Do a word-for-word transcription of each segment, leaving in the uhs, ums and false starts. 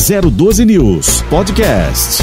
zero doze News Podcast.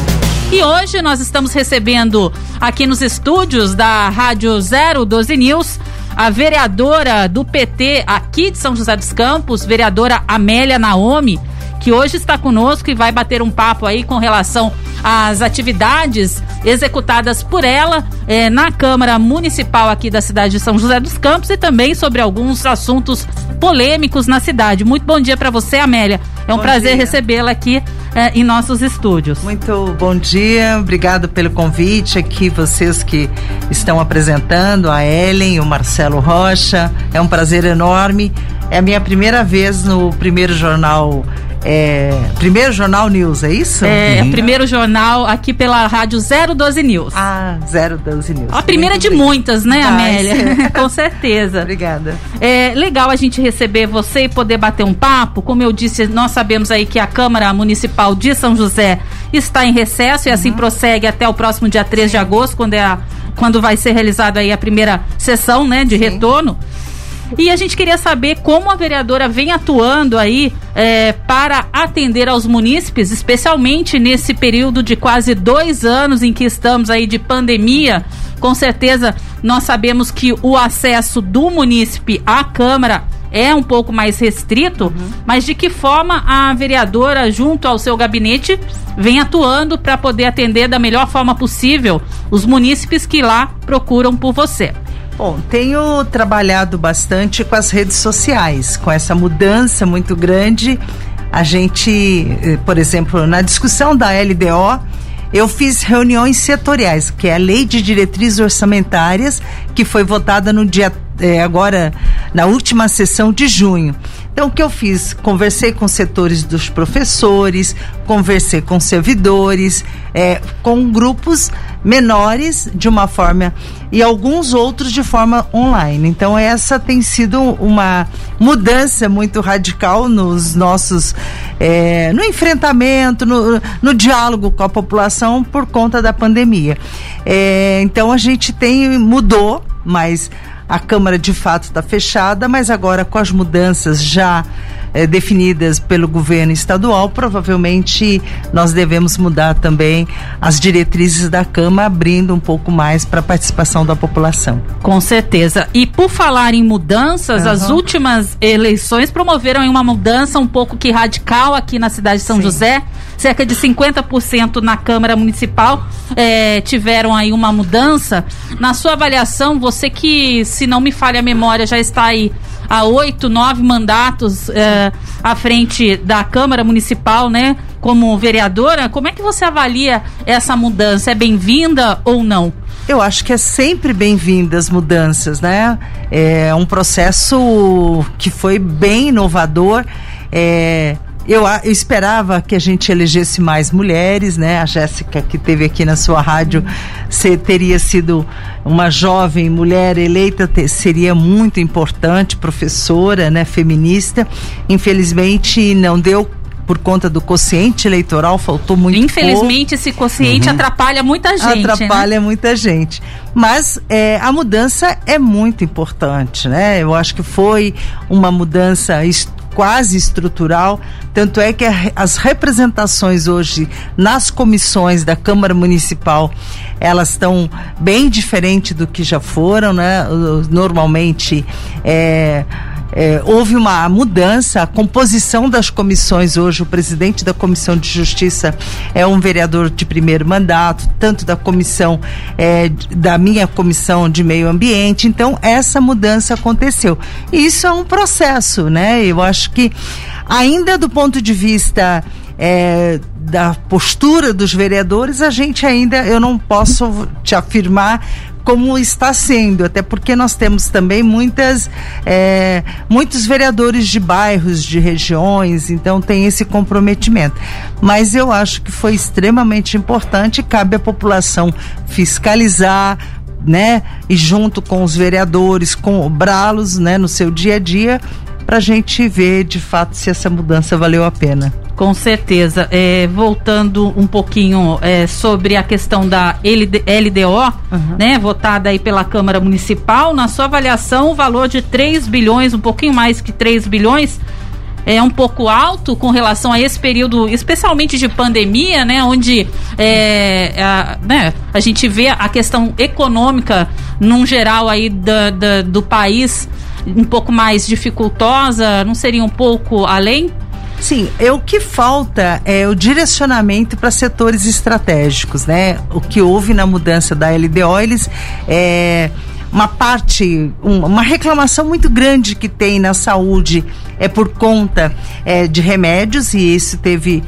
E hoje nós estamos recebendo aqui nos estúdios da Rádio zero doze News a vereadora do P T aqui de São José dos Campos, vereadora Amélia Naomi, que hoje está conosco e vai bater um papo aí com relação às atividades executadas por ela eh, na Câmara Municipal aqui da cidade de São José dos Campos e também sobre alguns assuntos polêmicos na cidade. Muito bom dia para você, Amélia. É um bom prazer recebê-la aqui eh, em nossos estúdios. Muito bom dia, obrigado pelo convite aqui, vocês que estão apresentando, a Ellen, o Marcelo Rocha, é um prazer enorme. É a minha primeira vez no primeiro jornal É, primeiro Jornal News, é isso? É, uhum. Primeiro jornal aqui pela Rádio zero doze News. Ah, zero doze News. A primeira Muito de obrigado. muitas, né, ah, Amélia? Com certeza. Obrigada. É legal a gente receber você e poder bater um papo. Como eu disse, nós sabemos aí que a Câmara Municipal de São José está em recesso e assim uhum. prossegue até o próximo dia três de agosto, quando, é a, quando vai ser realizada aí a primeira sessão, né, de Sim. retorno. E a gente queria saber como a vereadora vem atuando aí é, para atender aos munícipes, especialmente nesse período de quase dois anos em que estamos aí de pandemia. Com certeza nós sabemos que o acesso do munícipe à Câmara é um pouco mais restrito, uhum. mas de que forma a vereadora, junto ao seu gabinete, vem atuando para poder atender da melhor forma possível os munícipes que lá procuram por você? Bom, tenho trabalhado bastante com as redes sociais, com essa mudança muito grande. A gente, por exemplo, na discussão da L D O, eu fiz reuniões setoriais, que é a Lei de Diretrizes Orçamentárias, que foi votada no dia, é, agora, na última sessão de junho. Então, o que eu fiz? Conversei com setores dos professores, conversei com servidores, é, com grupos menores de uma forma e alguns outros de forma online. Então, essa tem sido uma mudança muito radical nos nossos, é, no enfrentamento, no, no diálogo com a população por conta da pandemia. É, então, a gente tem, mudou, mas a Câmara de fato está fechada, mas agora com as mudanças já eh, definidas pelo governo estadual, provavelmente nós devemos mudar também as diretrizes da Câmara, abrindo um pouco mais para a participação da população. Com certeza. E por falar em mudanças, uhum. as últimas eleições promoveram uma mudança um pouco que radical aqui na cidade de São Sim. José. Cerca de cinquenta por cento na Câmara Municipal eh, tiveram aí uma mudança. Na sua avaliação, você que, se não me falha a memória, já está aí há oito, nove mandatos eh, à frente da Câmara Municipal, né? Como vereadora, como é que você avalia essa mudança? É bem-vinda ou não? Eu acho que é sempre bem-vinda as mudanças, né? É um processo que foi bem inovador. É... Eu, eu esperava que a gente elegesse mais mulheres, né? A Jéssica, que esteve aqui na sua rádio, se, teria sido uma jovem mulher eleita, te, seria muito importante, professora, né? Feminista. Infelizmente não deu por conta do quociente eleitoral, faltou muito Infelizmente pouco. Esse quociente uhum. atrapalha muita gente, Atrapalha né? muita gente. Mas é, a mudança é muito importante, né? Eu acho que foi uma mudança históricas quase estrutural, tanto é que a, as representações hoje nas comissões da Câmara Municipal, elas estão bem diferentes do que já foram, né? Normalmente é, é, houve uma mudança, a composição das comissões hoje, o presidente da Comissão de Justiça é um vereador de primeiro mandato, tanto da comissão, é, da minha comissão de meio ambiente, então essa mudança aconteceu. E isso é um processo, né? Eu acho que ainda do ponto de vista é, da postura dos vereadores, a gente ainda, eu não posso te afirmar como está sendo, até porque nós temos também muitas, é, muitos vereadores de bairros, de regiões, então tem esse comprometimento. Mas eu acho que foi extremamente importante, cabe à população fiscalizar, né, e junto com os vereadores, cobrá-los, né, no seu dia a dia, para a gente ver de fato se essa mudança valeu a pena. Com certeza. É, voltando um pouquinho é, sobre a questão da L D O, uhum. né, votada aí pela Câmara Municipal, na sua avaliação, o valor de três bilhões, um pouquinho mais que três bilhões, é um pouco alto com relação a esse período, especialmente de pandemia, né, onde é, a, né, a gente vê a questão econômica num geral aí da, da, do país um pouco mais dificultosa, não seria um pouco além? Sim, é, o que falta é o direcionamento para setores estratégicos, né? O que houve na mudança da L D O, eles é uma parte, um, uma reclamação muito grande que tem na saúde é por conta é, de remédios, e esse teve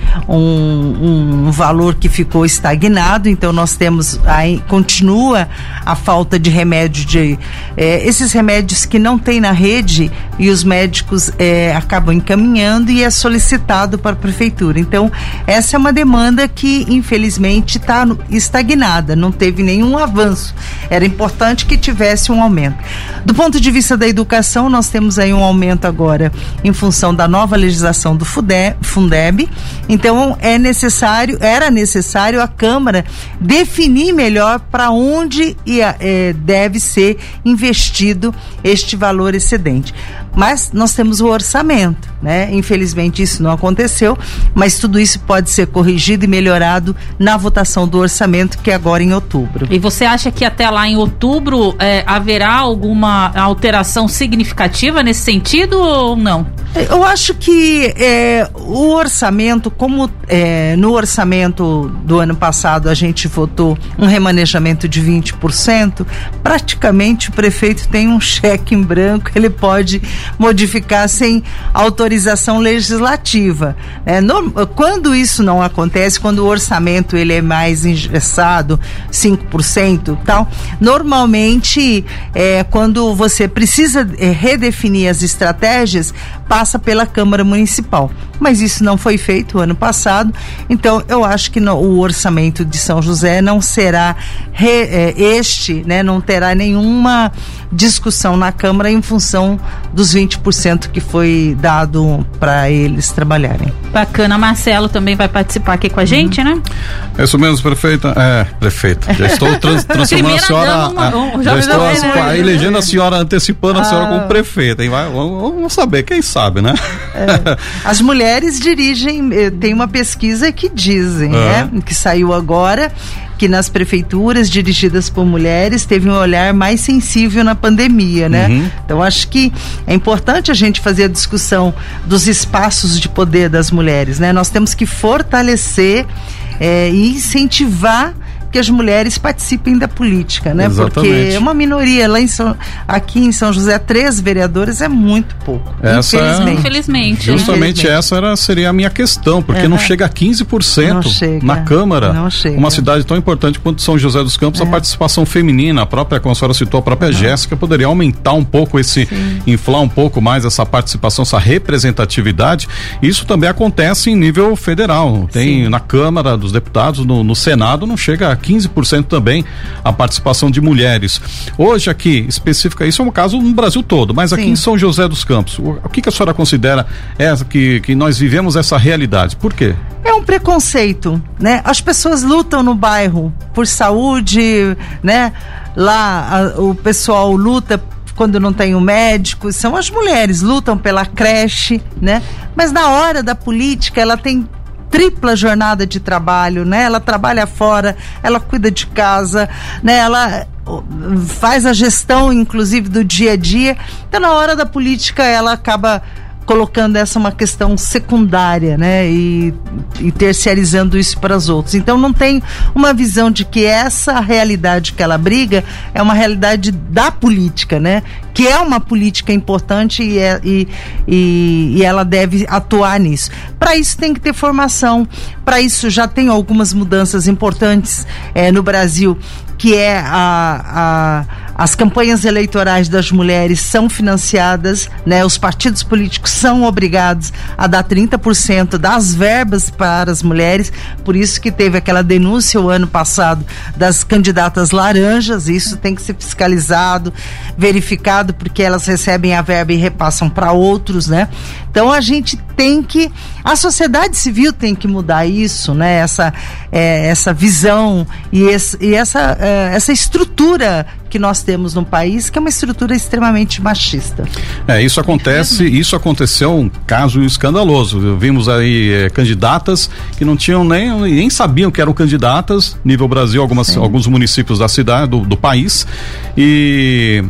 um, um valor que ficou estagnado. Então nós temos, aí continua a falta de remédio, de é, esses remédios que não tem na rede, e os médicos é, acabam encaminhando e é solicitado para a prefeitura. Então essa é uma demanda que infelizmente está estagnada, não teve nenhum avanço. Era importante que tivesse um aumento. Do ponto de vista da educação, nós temos aí um aumento agora em função da nova legislação do Fundeb. Então é necessário, era necessário a Câmara definir melhor para onde ia, é, deve ser investido este valor excedente. Mas nós temos o orçamento, né? Infelizmente isso não aconteceu, mas tudo isso pode ser corrigido e melhorado na votação do orçamento, que é agora em outubro. E você acha que até lá em outubro é, haverá alguma alteração significativa nesse sentido ou não? Eu acho que é, o orçamento, como é, no orçamento do ano passado a gente votou um remanejamento de vinte por cento, praticamente o prefeito tem um cheque em branco, ele pode modificar sem autorização legislativa. É, no, quando isso não acontece, quando o orçamento ele é mais engessado, cinco por cento tal, normalmente é, quando você precisa é, redefinir as estratégias, passa pela Câmara Municipal. Mas isso não foi feito ano passado, então eu acho que no, o orçamento de São José não será re, é, este, né, não terá nenhuma discussão na Câmara em função dos vinte por cento que foi dado para eles trabalharem. Bacana. Marcelo também vai participar aqui com a gente, uhum. né? É isso mesmo, prefeita. É, prefeita. Já estou trans, transformando a senhora. Uma, um, já, já estou as, né? elegendo a senhora, antecipando a ah. senhora como prefeita. Hein? Vai, vamos, vamos saber, quem sabe, né? É. As mulheres dirigem, tem uma pesquisa que dizem, ah. né? Que saiu agora, que nas prefeituras dirigidas por mulheres teve um olhar mais sensível na pandemia, né? Uhum. Então acho que é importante a gente fazer a discussão dos espaços de poder das mulheres, né? Nós temos que fortalecer é, e incentivar que as mulheres participem da política, né? Exatamente. Porque é uma minoria. Lá em São, aqui em São José, três vereadores é muito pouco. Essa infelizmente. É, infelizmente. Justamente infelizmente. essa era, seria a minha questão, porque uhum. não chega a quinze por cento chega, na Câmara. Não chega. Uma cidade tão importante quanto São José dos Campos, é. a participação feminina, a própria, como a senhora citou, a própria uhum. Jéssica, poderia aumentar um pouco esse, Sim. inflar um pouco mais essa participação, essa representatividade. Isso também acontece em nível federal. Tem Sim. na Câmara dos Deputados, no, no Senado, não chega a quinze por cento também a participação de mulheres. Hoje aqui, específica, isso é um caso no Brasil todo, mas aqui Sim. em São José dos Campos, o, o que, que a senhora considera essa, que, que nós vivemos essa realidade? Por quê? É um preconceito, né? As pessoas lutam no bairro por saúde, né? Lá a, o pessoal luta quando não tem um médico, são as mulheres, lutam pela creche, né? Mas na hora da política ela tem tripla jornada de trabalho, né? Ela trabalha fora, ela cuida de casa, né? Ela faz a gestão, inclusive, do dia a dia. Então, na hora da política, ela acaba colocando essa uma questão secundária, né? E, e terceirizando isso para os outros. Então não tem uma visão de que essa realidade que ela briga é uma realidade da política, né? Que é uma política importante e, é, e, e, e ela deve atuar nisso. Para isso tem que ter formação, para isso já tem algumas mudanças importantes é, no Brasil, que é a, a, as campanhas eleitorais das mulheres são financiadas, né? Os partidos políticos são obrigados a dar trinta por cento das verbas para as mulheres, por isso que teve aquela denúncia o ano passado das candidatas laranjas. Isso tem que ser fiscalizado, verificado, porque elas recebem a verba e repassam para outros, né? Então a gente tem que, a sociedade civil tem que mudar isso, né? Essa, é, essa visão e, esse, e essa, é, essa estrutura que nós temos no país, que é uma estrutura extremamente machista. É, isso acontece, isso aconteceu um caso escandaloso. Vimos aí é, candidatas que não tinham nem, nem sabiam que eram candidatas, nível Brasil, algumas, alguns municípios da cidade, do, do país, e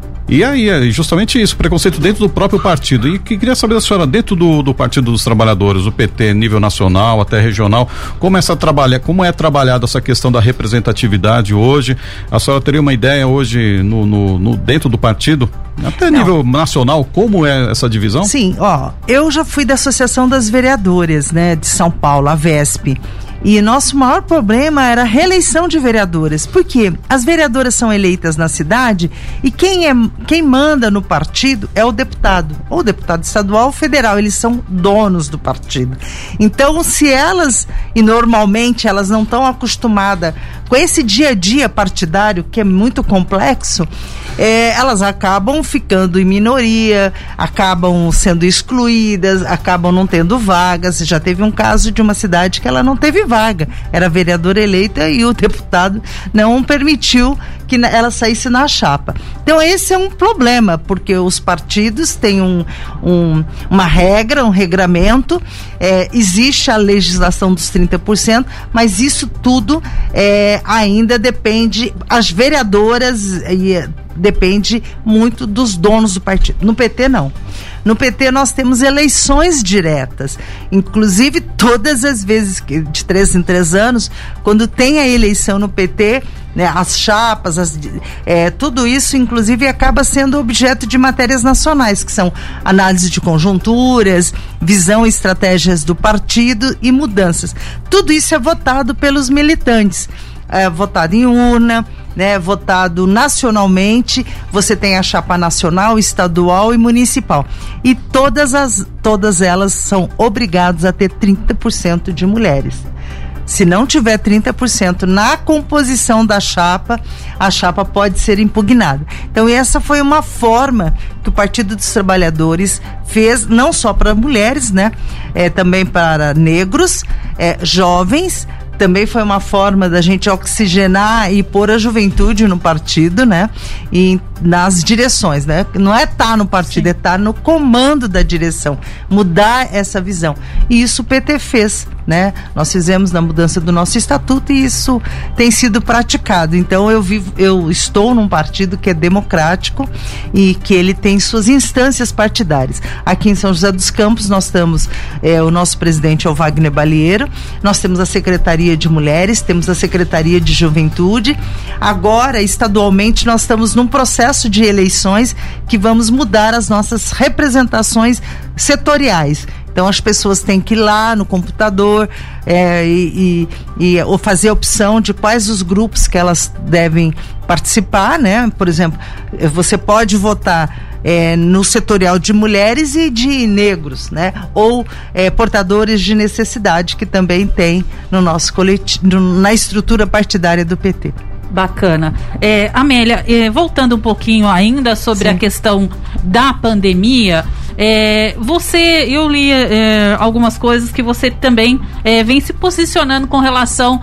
E aí, é justamente isso, preconceito dentro do próprio partido. E que queria saber da senhora, dentro do, do Partido dos Trabalhadores, o P T, nível nacional, até regional, como, essa trabalha, como é trabalhada essa questão da representatividade hoje? A senhora teria uma ideia hoje no, no, no dentro do partido, até Não. nível nacional, como é essa divisão? Sim, ó, eu já fui da Associação das Vereadoras, né, de São Paulo, a VESP. E nosso maior problema era a reeleição de vereadoras, porque as vereadoras são eleitas na cidade e quem, é, quem manda no partido é o deputado, ou deputado estadual ou federal, eles são donos do partido. Então, se elas, e normalmente elas não estão acostumadas com esse dia a dia partidário, que é muito complexo, é, elas acabam ficando em minoria, acabam sendo excluídas, acabam não tendo vagas. Já teve um caso de uma cidade que ela não teve vaga, era vereadora eleita e o deputado não permitiu que ela saísse na chapa. Então esse é um problema, porque os partidos têm um, um, uma regra, um regramento, é, existe a legislação dos trinta por cento, mas isso tudo é, ainda depende, as vereadoras e, depende muito dos donos do partido. No P T não. No P T nós temos eleições diretas, inclusive todas as vezes, de três em três anos, quando tem a eleição no P T, né, as chapas, as, é, tudo isso inclusive acaba sendo objeto de matérias nacionais, que são análise de conjunturas, visão e estratégias do partido e mudanças. Tudo isso é votado pelos militantes, é, votado em urna, né, votado nacionalmente. Você tem a chapa nacional, estadual e municipal. E todas, as, todas elas são obrigadas a ter trinta por cento de mulheres. Se não tiver trinta por cento na composição da chapa, a chapa pode ser impugnada. Então essa foi uma forma que o Partido dos Trabalhadores fez, não só para mulheres, né, é, também para negros, é, jovens. Também foi uma forma da gente oxigenar e pôr a juventude no partido, né? E nas direções, né? Não é estar no partido, Sim. é estar no comando da direção, mudar essa visão. E isso o P T fez, né? Nós fizemos na mudança do nosso estatuto e isso tem sido praticado. Então eu vivo, eu estou num partido que é democrático e que ele tem suas instâncias partidárias. Aqui em São José dos Campos nós estamos, é, o nosso presidente é o Wagner Balieiro, nós temos a Secretaria de Mulheres, temos a Secretaria de Juventude. Agora, estadualmente, nós estamos num processo de eleições que vamos mudar as nossas representações setoriais. Então as pessoas têm que ir lá no computador é, e, e, e ou fazer a opção de quais os grupos que elas devem participar, né? Por exemplo, você pode votar É, no setorial de mulheres e de negros, né? Ou é, portadores de necessidade, que também tem no nosso coletivo, na estrutura partidária do P T. Bacana. É, Amélia, é, voltando um pouquinho ainda sobre Sim. a questão da pandemia, é, você, eu li é, algumas coisas que você também é, vem se posicionando com relação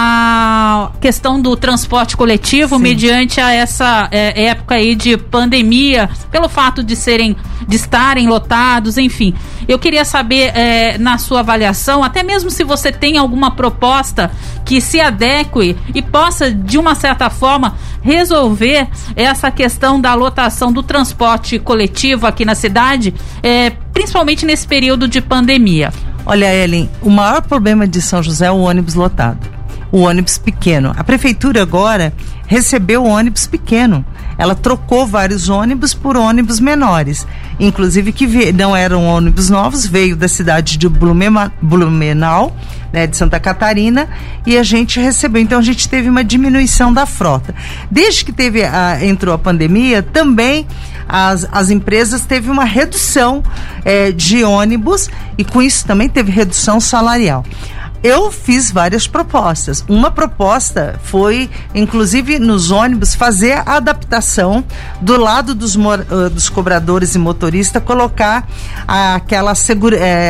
a questão do transporte coletivo, Sim. mediante a essa é, época aí de pandemia, pelo fato de serem, de estarem lotados, enfim. Eu queria saber, é, na sua avaliação, até mesmo se você tem alguma proposta que se adeque e possa, de uma certa forma, resolver essa questão da lotação do transporte coletivo aqui na cidade, é, principalmente nesse período de pandemia. Olha, Ellen, o maior problema de São José é o ônibus lotado. O ônibus pequeno. A prefeitura agora recebeu o ônibus pequeno. Ela trocou vários ônibus por ônibus menores. Inclusive que veio, não eram ônibus novos, veio da cidade de Blumema, Blumenau, né, de Santa Catarina, e a gente recebeu. Então a gente teve uma diminuição da frota. Desde que teve a, entrou a pandemia, também as, as empresas teve uma redução é, de ônibus e com isso também teve redução salarial. Eu fiz várias propostas. Uma proposta foi, inclusive nos ônibus, fazer a adaptação do lado dos, uh, dos cobradores e motoristas, colocar aquela segura, é,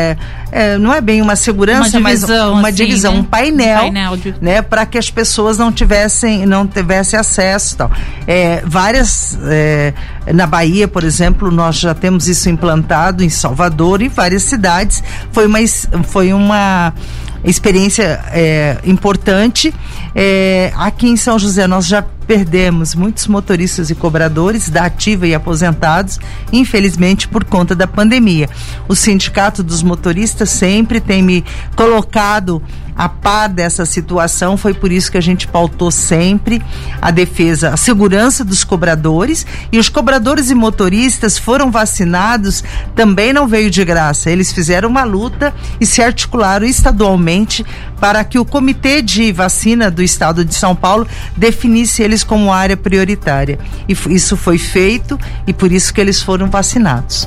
é, não é bem uma segurança, uma divisão, mas uma assim, divisão, né? um painel, um painel de... né, para que as pessoas não tivessem, não tivessem acesso, tal. É, várias é, na Bahia, por exemplo, nós já temos isso implantado em Salvador e várias cidades. Foi uma foi uma experiência é, importante. É, aqui em São José nós já perdemos muitos motoristas e cobradores da ativa e aposentados, infelizmente por conta da pandemia. O Sindicato dos Motoristas sempre tem me colocado a par dessa situação, foi por isso que a gente pautou sempre a defesa, a segurança dos cobradores, e os cobradores e motoristas foram vacinados, também não veio de graça, eles fizeram uma luta e se articularam estadualmente para que o comitê de vacina do estado de São Paulo definisse eles como área prioritária, e isso foi feito e por isso que eles foram vacinados.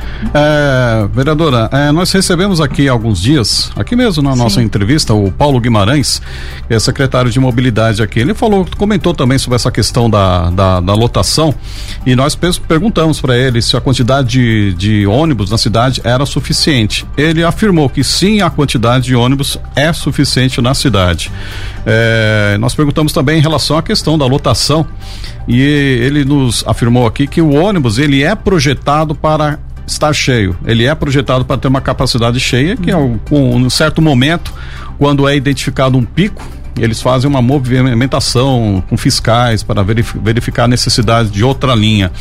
É, vereadora, é, nós recebemos aqui há alguns dias, aqui mesmo na Sim. nossa entrevista, o Paulo Guimarães, que é secretário de mobilidade aqui. Ele falou, comentou também sobre essa questão da, da, da lotação, e nós perguntamos para ele se a quantidade de, de ônibus na cidade era suficiente. Ele afirmou que sim, a quantidade de ônibus é suficiente na cidade. É, nós perguntamos também em relação à questão da lotação, e ele nos afirmou aqui que o ônibus ele é projetado para estar cheio, ele é projetado para ter uma capacidade cheia, que é um, com um certo momento, quando é identificado um pico, eles fazem uma movimentação com fiscais para verif- verificar a necessidade de outra linha.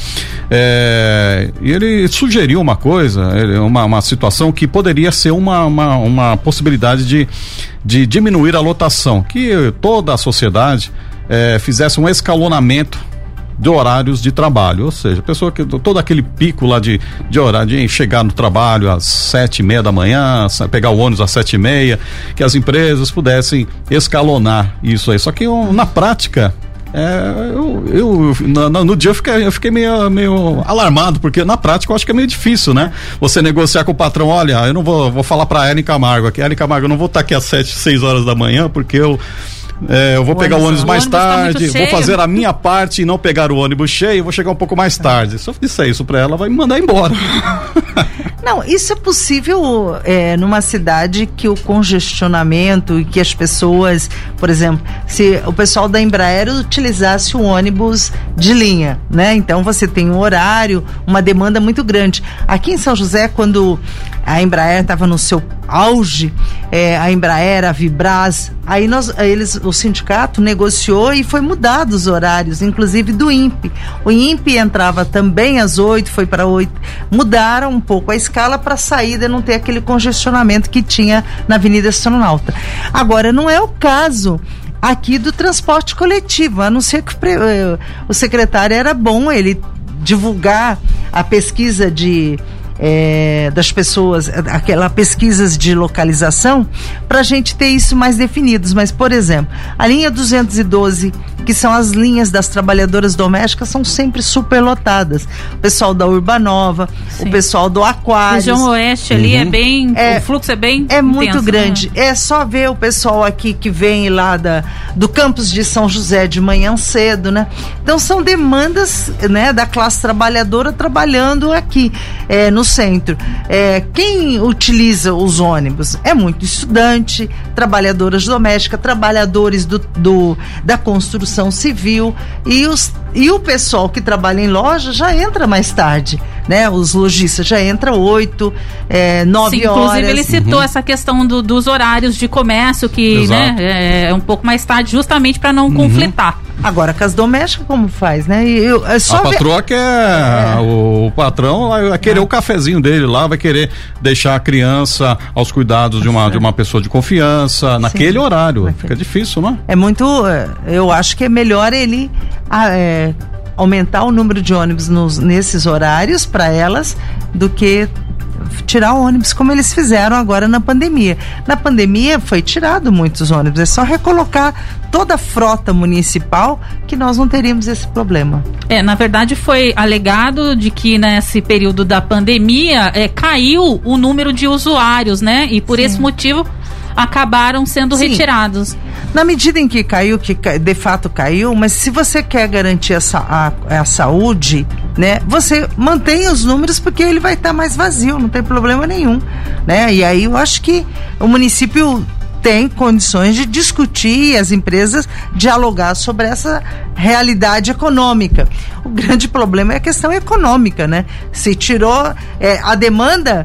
É, e ele sugeriu uma coisa, uma, uma situação que poderia ser uma, uma, uma possibilidade de, de diminuir a lotação, que toda a sociedade é, fizesse um escalonamento de horários de trabalho, ou seja, a pessoa que todo aquele pico lá de, de horário de chegar no trabalho às sete e meia da manhã, pegar o ônibus às sete e meia, que as empresas pudessem escalonar isso aí. Só que eu, na prática, é, eu, eu no, no dia eu fiquei, eu fiquei meio, meio alarmado, porque na prática eu acho que é meio difícil, né? Você negociar com o patrão, olha, eu não vou, vou falar pra Ellen Camargo aqui, Ellen Camargo, eu não vou estar aqui às sete, seis horas da manhã, porque eu É, eu vou o pegar ônibus, o ônibus mais o ônibus tarde, tá vou fazer a minha parte e não pegar o ônibus cheio, vou chegar um pouco mais tarde. Se eu disser isso pra ela, ela vai me mandar embora. Não, isso é possível é, numa cidade que o congestionamento e que as pessoas, por exemplo, se o pessoal da Embraer utilizasse o ônibus de linha, né? Então você tem um horário, uma demanda muito grande. Aqui em São José, quando a Embraer estava no seu auge, é, a Embraer, a Vibras, aí nós, eles, o sindicato negociou e foi mudado os horários, inclusive do I N P E. O I N P E entrava também às oito, foi para oito. Mudaram um pouco a escala para a saída não ter aquele congestionamento que tinha na Avenida Astronauta. Agora, não é o caso aqui do transporte coletivo, a não ser que o, o secretário era bom ele divulgar a pesquisa de É, das pessoas, aquela pesquisas de localização, para a gente ter isso mais definidos. Mas, por exemplo, a linha duzentos e doze, que são as linhas das trabalhadoras domésticas, são sempre superlotadas. O pessoal da Urbanova, Sim. o pessoal do Aquários. Região Oeste ali uhum. é bem, é, o fluxo é bem é intenso, muito grande. Né? É só ver o pessoal aqui que vem lá da, do campus de São José de manhã cedo, né? Então são demandas, né, da classe trabalhadora trabalhando aqui, é, no centro. É, quem utiliza os ônibus é muito estudante, trabalhadoras domésticas, trabalhadores do, do, da construção civil, e, os, e o pessoal que trabalha em loja já entra mais tarde, né? Os lojistas já entram oito, é, nove Sim, horas. Inclusive ele citou uhum. essa questão do, dos horários de comércio, que né, é, é um pouco mais tarde, justamente para não uhum. conflitar. Agora, com as domésticas, como faz, né? E eu, é só a patroa ver... quer, é. o patrão vai querer é. o cafezinho dele lá, vai querer deixar a criança aos cuidados de uma, de uma pessoa de confiança, Sim. naquele horário. Vai Fica difícil, não é? É muito, eu acho que é melhor ele é, aumentar o número de ônibus nos, nesses horários para elas do que tirar ônibus, como eles fizeram agora na pandemia. Na pandemia foi tirado muitos ônibus, é só recolocar toda a frota municipal que nós não teríamos esse problema. É, na verdade foi alegado de que nesse período da pandemia é, caiu o número de usuários, né? E por Sim. esse motivo acabaram sendo Sim. retirados. Na medida em que caiu, que de fato caiu, mas se você quer garantir a, a, a saúde, né, você mantém os números, porque ele vai estar mais vazio, não tem problema nenhum, né? E aí eu acho que o município tem condições de discutir e as empresas dialogar sobre essa realidade econômica. O grande problema é a questão econômica, né? Se tirou é, a demanda,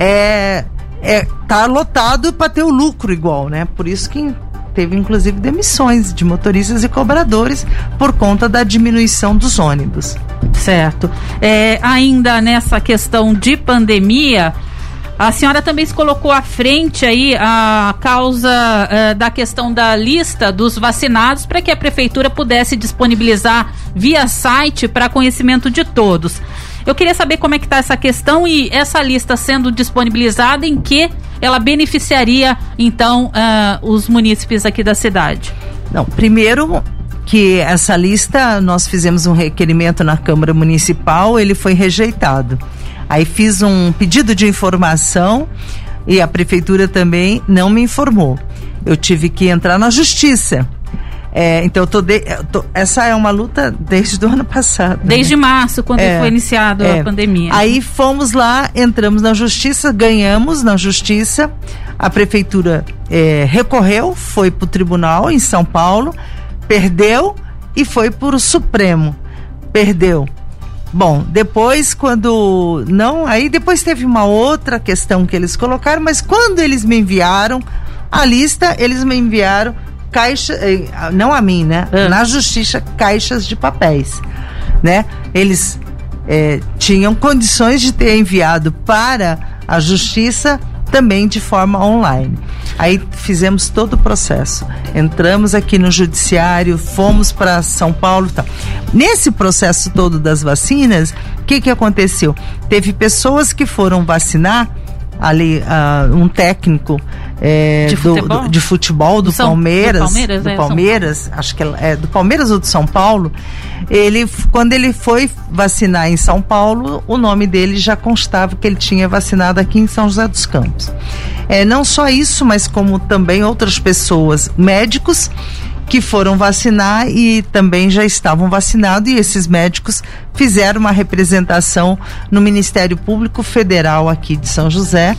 é, é, tá lotado para ter o lucro igual, né? Por isso que teve inclusive demissões de motoristas e cobradores por conta da diminuição dos ônibus. Certo. É, ainda nessa questão de pandemia, a senhora também se colocou à frente aí a causa uh, da questão da lista dos vacinados para que a prefeitura pudesse disponibilizar via site para conhecimento de todos. Eu queria saber como é que está essa questão e essa lista sendo disponibilizada, em que ela beneficiaria então uh, os munícipes aqui da cidade. Não, primeiro que essa lista, nós fizemos um requerimento na Câmara Municipal, ele foi rejeitado. Aí fiz um pedido de informação e a prefeitura também não me informou. Eu tive que entrar na justiça. É, então eu tô, de, eu tô essa é uma luta desde o ano passado. Desde né? março, quando é, foi iniciada é. a pandemia. Aí fomos lá, entramos na justiça, ganhamos na justiça. A prefeitura é, recorreu, foi para o tribunal em São Paulo, perdeu e foi para o Supremo. Perdeu. Bom, depois quando não, aí depois teve uma outra questão que eles colocaram, mas quando eles me enviaram a lista, eles me enviaram caixa, não a mim, né? É. Na justiça, caixas de papéis, né? Eles é, tinham condições de ter enviado para a justiça também de forma online. Aí fizemos todo o processo. Entramos aqui no judiciário, fomos para São Paulo e tal. Nesse processo todo das vacinas, o que que aconteceu? Teve pessoas que foram vacinar ali, uh, um técnico é, de, do, futebol? do, de futebol do São, Palmeiras, do Palmeiras, do é, Palmeiras acho que é do Palmeiras ou do São Paulo. Ele, quando ele foi vacinar em São Paulo, o nome dele já constava que ele tinha vacinado aqui em São José dos Campos. É, não só isso, mas como também outras pessoas, médicos, que foram vacinar e também já estavam vacinados, e esses médicos fizeram uma representação no Ministério Público Federal aqui de São José,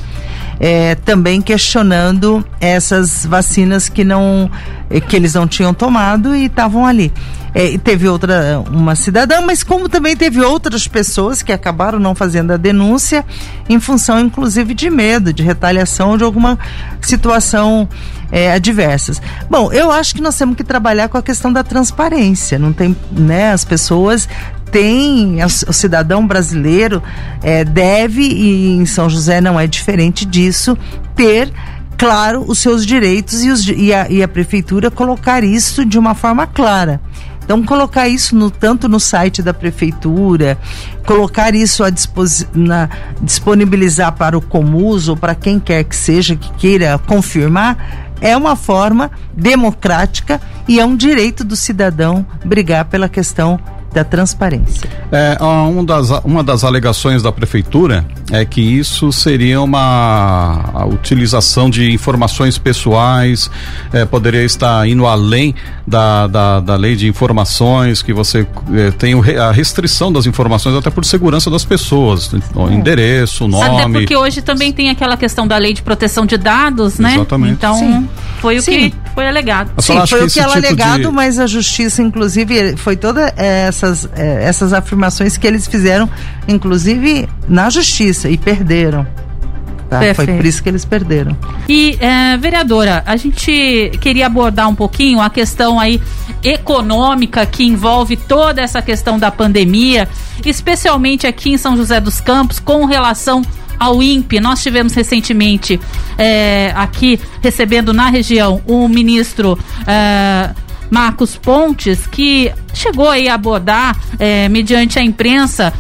é, também questionando essas vacinas que não que eles não tinham tomado e estavam ali. É, e teve outra, uma cidadã, mas como também teve outras pessoas que acabaram não fazendo a denúncia em função, inclusive, de medo, de retaliação, de alguma situação é, adversas. Bom, eu acho que nós temos que trabalhar com a questão da transparência. Não tem, né? As pessoas têm, o cidadão brasileiro é, deve, e em São José não é diferente disso, ter claro os seus direitos e, os, e, a, e a prefeitura colocar isso de uma forma clara. Então, colocar isso no, tanto no site da prefeitura, colocar isso à disposi- na, disponibilizar para o Comus ou para quem quer que seja que queira confirmar, é uma forma democrática e é um direito do cidadão brigar pela questão da transparência. É, um das, uma das alegações da prefeitura é que isso seria uma a utilização de informações pessoais, é, poderia estar indo além da, da, da lei de informações, que você é, tem o, a restrição das informações até por segurança das pessoas, o endereço, o nome. Até porque hoje também tem aquela questão da lei de proteção de dados, né? Exatamente. Então, Sim. foi o Sim. que foi alegado. Sim, foi o que ela tipo alegado, de... mas a justiça, inclusive, foi todas essas, essas afirmações que eles fizeram, inclusive, na justiça, e perderam. Tá? Foi por isso que eles perderam. E, é, vereadora, a gente queria abordar um pouquinho a questão aí econômica que envolve toda essa questão da pandemia, especialmente aqui em São José dos Campos, com relação ao INPE. Nós tivemos recentemente é, aqui recebendo na região o ministro é, Marcos Pontes, que chegou aí a abordar, é, mediante a imprensa,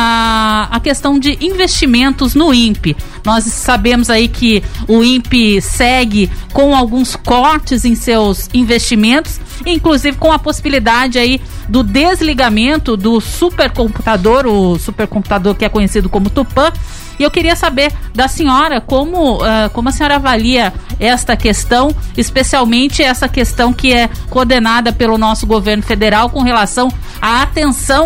a, a questão de investimentos no INPE. Nós sabemos aí que o INPE segue com alguns cortes em seus investimentos, inclusive com a possibilidade aí do desligamento do supercomputador, o supercomputador que é conhecido como Tupã. E eu queria saber da senhora como, uh, como a senhora avalia esta questão, especialmente essa questão que é coordenada pelo nosso governo federal com relação à atenção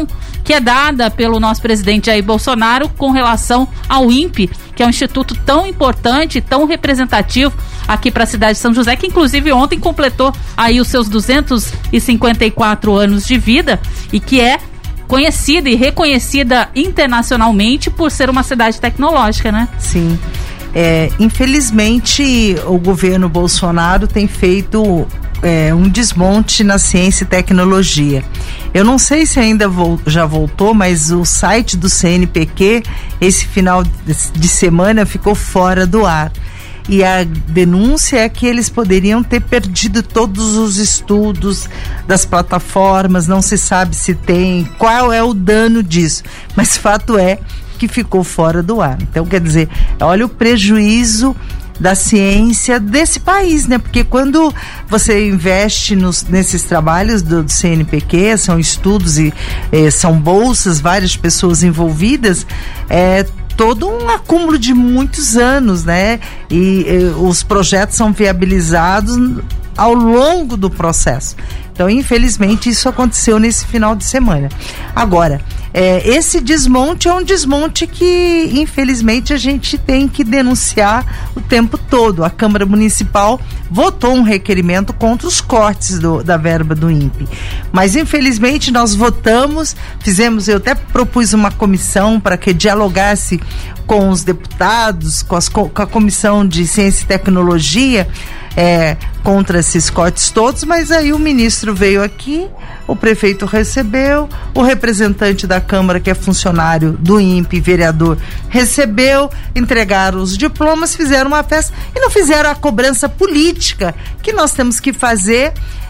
que é dada pelo nosso presidente Jair Bolsonaro com relação ao INPE, que é um instituto tão importante, tão representativo aqui para a cidade de São José, que inclusive ontem completou aí os seus duzentos e cinquenta e quatro anos de vida e que é conhecida e reconhecida internacionalmente por ser uma cidade tecnológica, né? Sim. É, infelizmente, o governo Bolsonaro tem feito é, um desmonte na ciência e tecnologia. Eu não sei se ainda vo- já voltou, mas o site do C N P Q, esse final de, de semana, ficou fora do ar. E a denúncia é que eles poderiam ter perdido todos os estudos das plataformas, não se sabe se tem, qual é o dano disso, mas fato é que ficou fora do ar. Então, quer dizer, olha o prejuízo da ciência desse país, né? Porque quando você investe nos, nesses trabalhos do, do C N P Q, são estudos e eh, são bolsas, várias pessoas envolvidas, é todo um acúmulo de muitos anos, né? E, e os projetos são viabilizados ao longo do processo. Então, infelizmente, isso aconteceu nesse final de semana. Agora, é, esse desmonte é um desmonte que, infelizmente, a gente tem que denunciar o tempo todo. A Câmara Municipal votou um requerimento contra os cortes do, da verba do INPE. Mas, infelizmente, nós votamos, fizemos, eu até propus uma comissão para que dialogasse com os deputados, com, as, com a Comissão de Ciência e Tecnologia, É, contra esses cortes todos, mas aí o ministro veio aqui, o prefeito recebeu, o representante da Câmara, que é funcionário do INPE, vereador, recebeu, entregaram os diplomas, fizeram uma festa e não fizeram a cobrança política que nós temos que fazer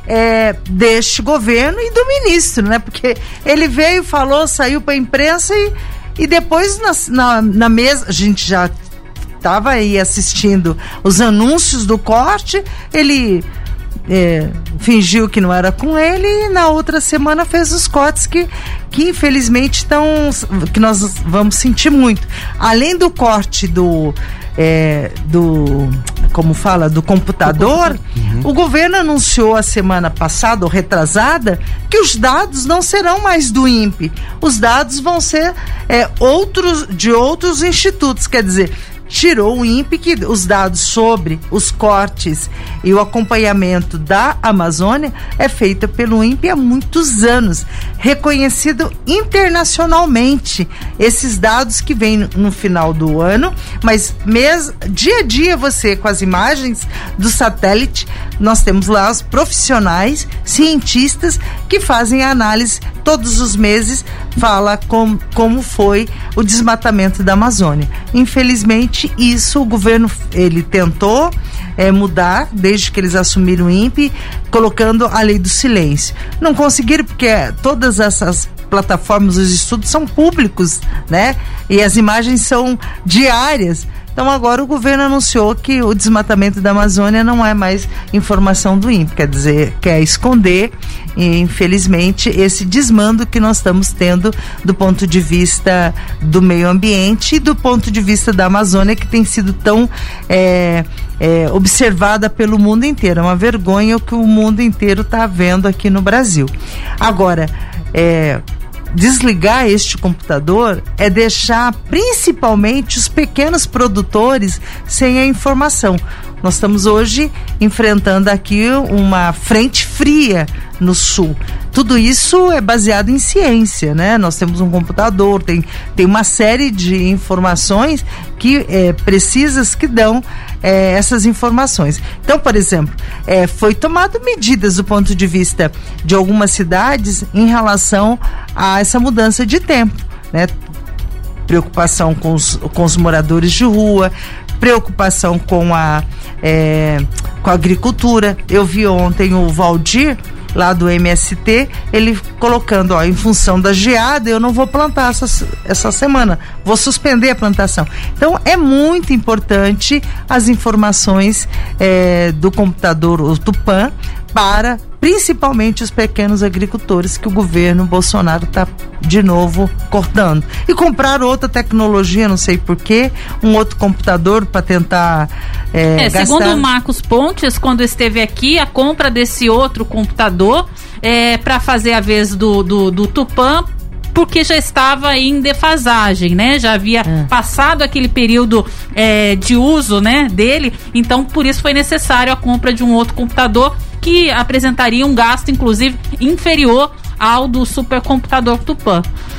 é, deste governo e do ministro, né? Porque ele veio, falou, saiu para a imprensa e, e depois na, na, na mesa, a gente já estava aí assistindo os anúncios do corte, ele é, fingiu que não era com ele e na outra semana fez os cortes que, que infelizmente estão, que nós vamos sentir muito. Além do corte do, é, do como fala, do computador, uhum. O governo anunciou a semana passada ou retrasada que os dados não serão mais do INPE, os dados vão ser é, outros, de outros institutos, quer dizer, tirou o INPE, que os dados sobre os cortes e o acompanhamento da Amazônia é feita pelo INPE há muitos anos, reconhecido internacionalmente. Esses dados que vêm no final do ano, mas mês, dia a dia você, com as imagens do satélite, nós temos lá os profissionais, cientistas que fazem a análise todos os meses, fala com, como foi o desmatamento da Amazônia. Infelizmente, isso o governo ele tentou é, mudar desde que eles assumiram o INPE, colocando a lei do silêncio. Não conseguiram porque todas essas plataformas, os estudos são públicos, né? E as imagens são diárias. Então agora o governo anunciou que o desmatamento da Amazônia não é mais informação do INPE, quer dizer, quer esconder, e, infelizmente, esse desmando que nós estamos tendo do ponto de vista do meio ambiente e do ponto de vista da Amazônia, que tem sido tão é, é, observada pelo mundo inteiro. É uma vergonha o que o mundo inteiro está vendo aqui no Brasil. Agora, é... desligar este computador é deixar principalmente os pequenos produtores sem a informação. Nós estamos hoje enfrentando aqui uma frente fria no sul. Tudo isso é baseado em ciência, né? Nós temos um computador, tem, tem uma série de informações que é, precisas que dão é, essas informações. Então, por exemplo, é, foi tomado medidas do ponto de vista de algumas cidades em relação a essa mudança de tempo, né? Preocupação com os, com os moradores de rua, preocupação com a, é, com a agricultura. Eu vi ontem o Valdir, lá do M S T, ele colocando, ó, em função da geada, eu não vou plantar essa, essa semana, vou suspender a plantação. Então, é muito importante as informações é, do computador, o Tupã, para principalmente os pequenos agricultores que o governo Bolsonaro está de novo cortando. E comprar outra tecnologia, não sei porquê, um outro computador para tentar é, é, gastar... Segundo o Marcos Pontes, quando esteve aqui, a compra desse outro computador é, para fazer a vez do, do, do Tupã porque já estava em defasagem, né? Já havia é. passado aquele período é, de uso, né, dele, então por isso foi necessário a compra de um outro computador que apresentaria um gasto, inclusive, inferior ao do supercomputador Tupã,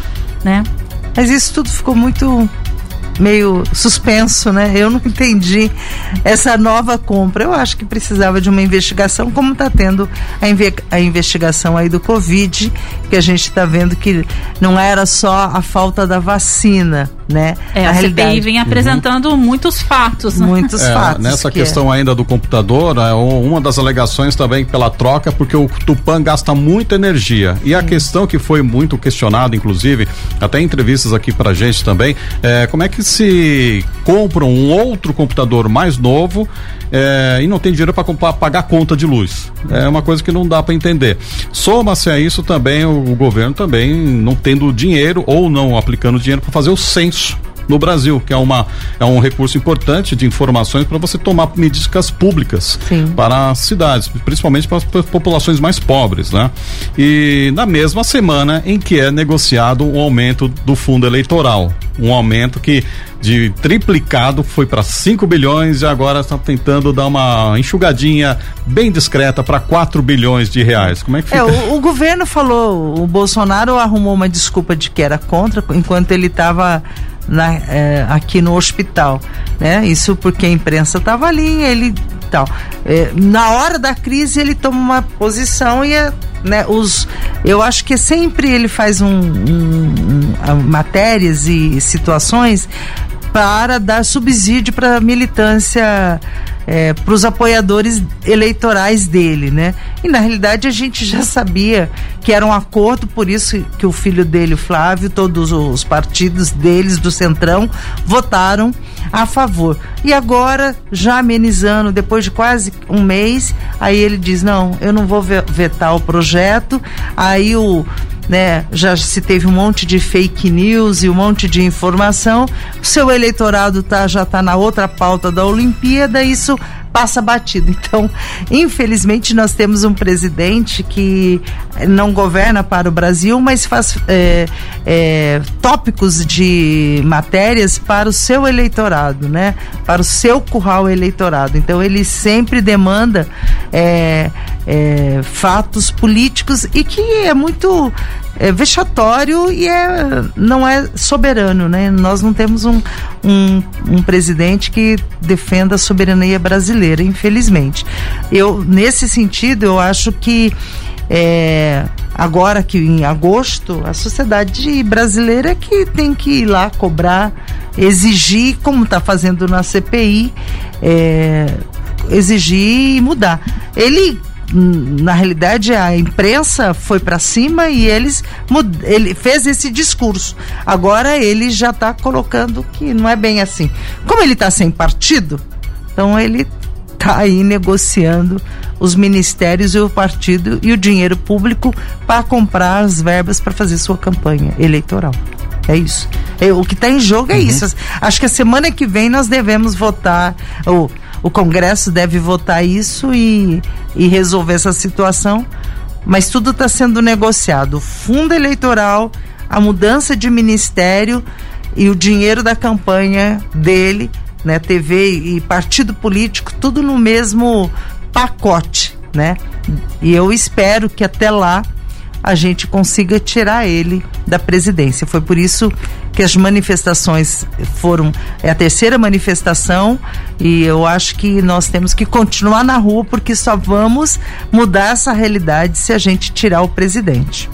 né? Mas isso tudo ficou muito meio suspenso, né? Eu não entendi essa nova compra. Eu acho que precisava de uma investigação, como está tendo a, inve- a investigação aí do Covid, que a gente está vendo que não era só a falta da vacina, né? É, a C P I vem apresentando uhum. muitos fatos. Né? Muitos é, fatos. Nessa que questão é. ainda do computador, é, uma das alegações também pela troca, porque o Tupã gasta muita energia. E a Sim. questão que foi muito questionada, inclusive, até em entrevistas aqui pra gente também, é como é que se compra um outro computador mais novo é, e não tem dinheiro para pagar a conta de luz. É uma coisa que não dá para entender. Soma-se a isso também o, o governo também não tendo dinheiro ou não aplicando dinheiro para fazer o censo no Brasil, que é, uma, é um recurso importante de informações para você tomar políticas públicas Sim. para as cidades, principalmente para as populações mais pobres, né? E na mesma semana em que é negociado o aumento do fundo eleitoral, um aumento que de triplicado foi para cinco bilhões e agora está tentando dar uma enxugadinha bem discreta para quatro bilhões de reais. Como é que fica? É, o, o governo falou, o Bolsonaro arrumou uma desculpa de que era contra, enquanto ele estava Na, é, aqui no hospital, né? Isso porque a imprensa estava ali, ele tal. É, na hora da crise ele toma uma posição e é, né, os, eu acho que sempre ele faz um, um, um, matérias e situações para dar subsídio para a militância, é, para os apoiadores eleitorais dele, né? E na realidade a gente já sabia que era um acordo, por isso que o filho dele, o Flávio, todos os partidos deles do Centrão votaram a favor. E agora, já amenizando, depois de quase um mês, aí ele diz, não, eu não vou vetar o projeto. Aí o né, já se teve um monte de fake news e um monte de informação, o seu eleitorado tá, já está na outra pauta da Olimpíada, isso passa batido. Então, infelizmente, nós temos um presidente que não governa para o Brasil, mas faz é, é, tópicos de matérias para o seu eleitorado, né? Para o seu curral eleitorado. Então, ele sempre demanda é, é, fatos políticos e que é muito é, vexatório e é, não é soberano, né? Nós não temos um, um, um presidente que defenda a soberania brasileira, infelizmente. Eu, nesse sentido, eu acho que é, agora que em agosto, a sociedade brasileira é que tem que ir lá cobrar, exigir, como está fazendo na C P I, é, exigir e mudar. Ele, na realidade, a imprensa foi para cima e eles ele fez esse discurso. Agora ele já está colocando que não é bem assim. Como ele está sem partido, então ele está aí negociando os ministérios e o partido e o dinheiro público para comprar as verbas para fazer sua campanha eleitoral. É isso. É, o que está em jogo é uhum. isso. Acho que a semana que vem nós devemos votar, o, o Congresso deve votar isso e, e resolver essa situação, mas tudo está sendo negociado. O fundo eleitoral, a mudança de ministério e o dinheiro da campanha dele, né, T V e partido político, tudo no mesmo pacote, né? E eu espero que até lá a gente consiga tirar ele da presidência. Foi por isso que as manifestações foram, é a terceira manifestação, e eu acho que nós temos que continuar na rua, porque só vamos mudar essa realidade se a gente tirar o presidente.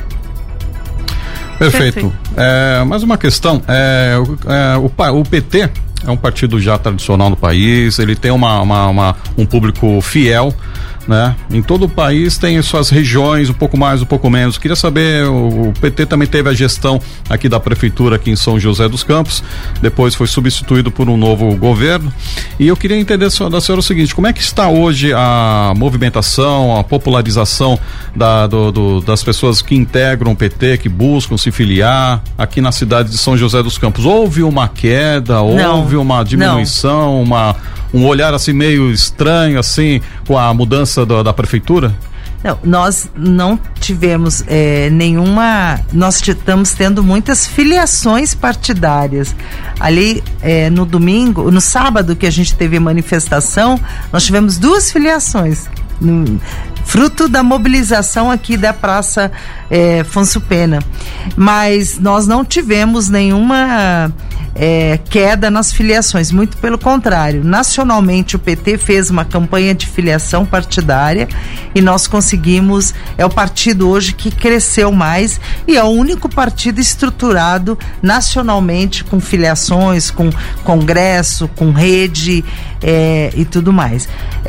Perfeito. Perfeito. É, mais uma questão, é, é, o, o P T é um partido já tradicional no país, ele tem uma, uma, uma, um público fiel, né? Em todo o país tem suas regiões, um pouco mais, um pouco menos. Queria saber, o, o P T também teve a gestão aqui da prefeitura aqui em São José dos Campos, depois foi substituído por um novo governo, e eu queria entender da senhora o seguinte, como é que está hoje a movimentação, a popularização da, do, do, das pessoas que integram o P T, que buscam se filiar aqui na cidade de São José dos Campos? Houve uma queda, houve não, uma diminuição, não. uma um olhar assim meio estranho assim com a mudança da, da prefeitura? Não, nós não tivemos é, nenhuma. Nós estamos tendo muitas filiações partidárias. Ali é, no domingo, no sábado que a gente teve manifestação, nós tivemos duas filiações. No, fruto da mobilização aqui da Praça é, Afonso Pena. Mas nós não tivemos nenhuma é, queda nas filiações, muito pelo contrário. Nacionalmente o P T fez uma campanha de filiação partidária e nós conseguimos, é o partido hoje que cresceu mais e é o único partido estruturado nacionalmente com filiações, com congresso, com rede é, e tudo mais.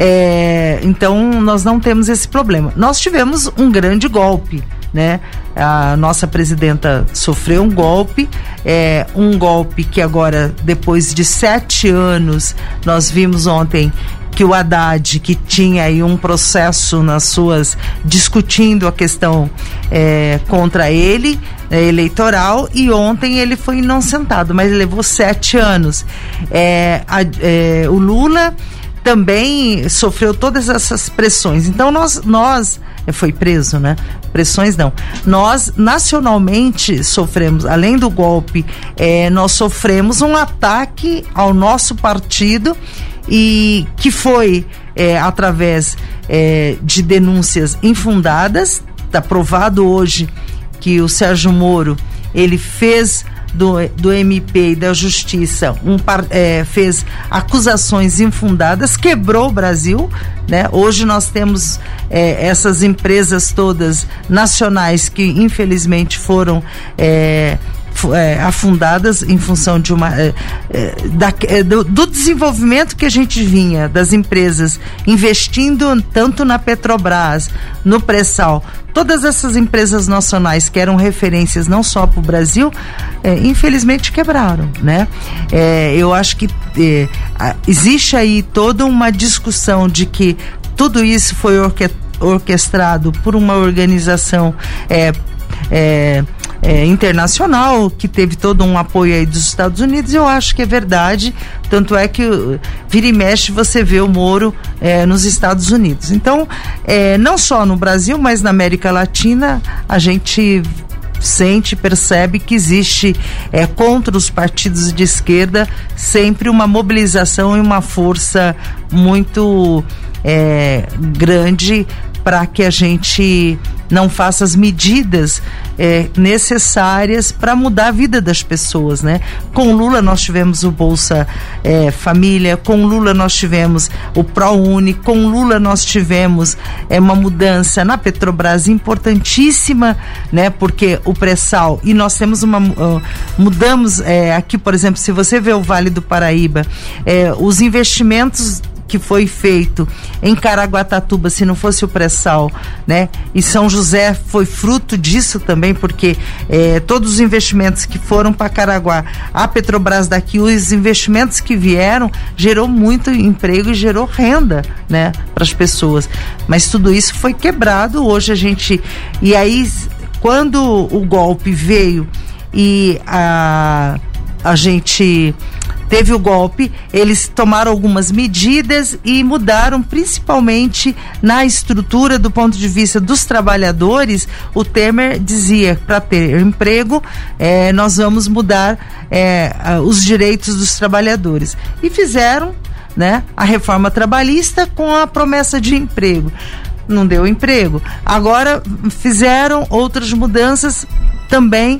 É, então nós não temos esse problema. Nós tivemos um grande golpe, né? A nossa presidenta sofreu um golpe, é, um golpe que agora, depois de sete anos, nós vimos ontem que o Haddad, que tinha aí um processo nas suas, discutindo a questão é, contra ele, é, eleitoral, e ontem ele foi inocentado, mas levou sete anos. É, a, é, o Lula também sofreu todas essas pressões. Então nós, nós foi preso, né? Pressões não. Nós nacionalmente sofremos, além do golpe, é, nós sofremos um ataque ao nosso partido e que foi é, através é, de denúncias infundadas. Está provado hoje que o Sérgio Moro ele fez Do, do M P e da Justiça um, é, fez acusações infundadas, quebrou o Brasil, né? Hoje nós temos é, essas empresas todas nacionais que infelizmente foram é, É, afundadas em função de uma é, é, da, é, do, do desenvolvimento que a gente vinha das empresas investindo tanto na Petrobras, no pré-sal, todas essas empresas nacionais que eram referências não só para o Brasil, é, infelizmente quebraram, né? É, eu acho que é, existe aí toda uma discussão de que tudo isso foi orque, orquestrado por uma organização é, é, É, internacional, que teve todo um apoio aí dos Estados Unidos. Eu acho que é verdade, tanto é que vira e mexe você vê o Moro é, nos Estados Unidos. Então, é, não só no Brasil, mas na América Latina, a gente sente, percebe que existe é, contra os partidos de esquerda sempre uma mobilização e uma força muito é, grande para que a gente não faça as medidas é, necessárias para mudar a vida das pessoas, né? Com Lula nós tivemos o Bolsa é, Família, com Lula nós tivemos o ProUni, com Lula nós tivemos é, uma mudança na Petrobras importantíssima, né? Porque o pré-sal, e nós temos uma uh, mudamos é, aqui, por exemplo, se você vê o Vale do Paraíba, é, os investimentos que foi feito em Caraguatatuba, se não fosse o pré-sal, né? E São José foi fruto disso também, porque eh, todos os investimentos que foram para Caraguá, a Petrobras daqui, os investimentos que vieram, gerou muito emprego e gerou renda, né? Para as pessoas. Mas tudo isso foi quebrado. Hoje a gente... E aí, quando o golpe veio e a, a gente... teve o golpe, eles tomaram algumas medidas e mudaram principalmente na estrutura do ponto de vista dos trabalhadores. O Temer dizia, para ter emprego, é, nós vamos mudar é, os direitos dos trabalhadores. E fizeram, né, a reforma trabalhista com a promessa de emprego. Não deu emprego. Agora fizeram outras mudanças também,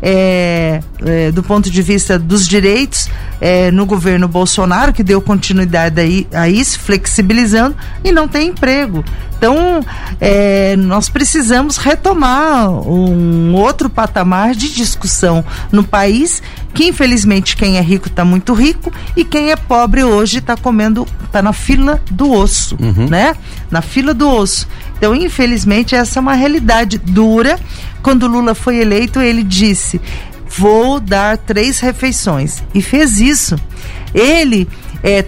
É, é, do ponto de vista dos direitos é, no governo Bolsonaro, que deu continuidade aí, a isso, flexibilizando, e não tem emprego. Então é, nós precisamos retomar um outro patamar de discussão no país, que infelizmente quem é rico está muito rico e quem é pobre hoje está comendo, está na fila do osso, uhum. né? Na fila do osso. Então, infelizmente, essa é uma realidade dura. Quando Lula foi eleito, ele disse: vou dar três refeições. E fez isso. Ele é,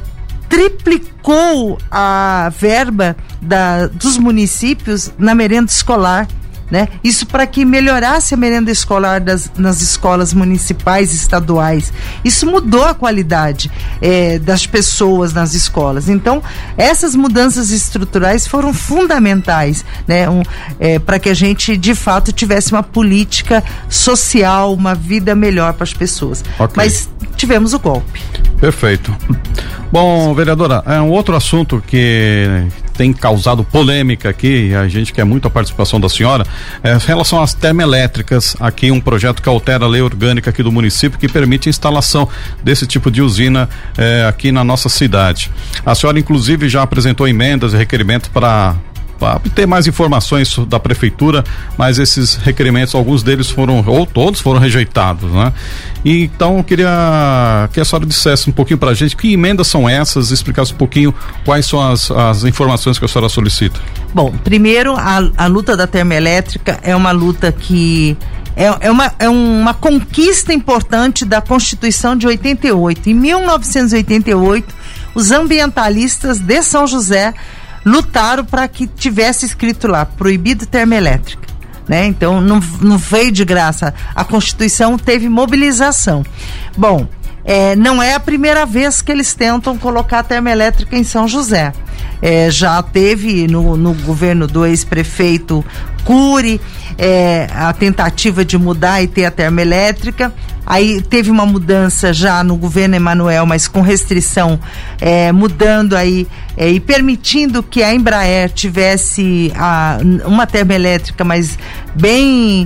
triplicou a verba da, dos municípios na merenda escolar. né? Isso para que melhorasse a merenda escolar das, nas escolas municipais e estaduais. Isso mudou a qualidade é, das pessoas nas escolas. Então, essas mudanças estruturais foram fundamentais, né? Um, é, para que a gente, de fato, tivesse uma política social, uma vida melhor para as pessoas. Okay. Mas tivemos o golpe. Perfeito. Bom, vereadora, é um outro assunto que tem causado polêmica aqui, a gente quer muito a participação da senhora, é, em relação às termoelétricas, aqui um projeto que altera a lei orgânica aqui do município, que permite a instalação desse tipo de usina é, aqui na nossa cidade. A senhora, inclusive, já apresentou emendas e requerimentos para para ter mais informações da prefeitura, mas esses requerimentos, alguns deles foram, ou todos foram rejeitados, né? E, então eu queria que a senhora dissesse um pouquinho pra gente que emendas são essas, explicasse um pouquinho quais são as, as informações que a senhora solicita. Bom, primeiro, a, a luta da termoelétrica é uma luta que é, é, uma, é uma conquista importante da Constituição de oitenta e oito. Em mil novecentos e oitenta e oito, os ambientalistas de São José lutaram para que tivesse escrito lá, proibido termoelétrica, né? Então não, não veio de graça, a Constituição teve mobilização. Bom, é, não é a primeira vez que eles tentam colocar a termoelétrica em São José. É, já teve no, no governo do ex-prefeito Cury é, a tentativa de mudar e ter a termoelétrica. Aí teve uma mudança já no governo Emanuel, mas com restrição, é, mudando aí é, e permitindo que a Embraer tivesse a, uma termoelétrica, mas bem...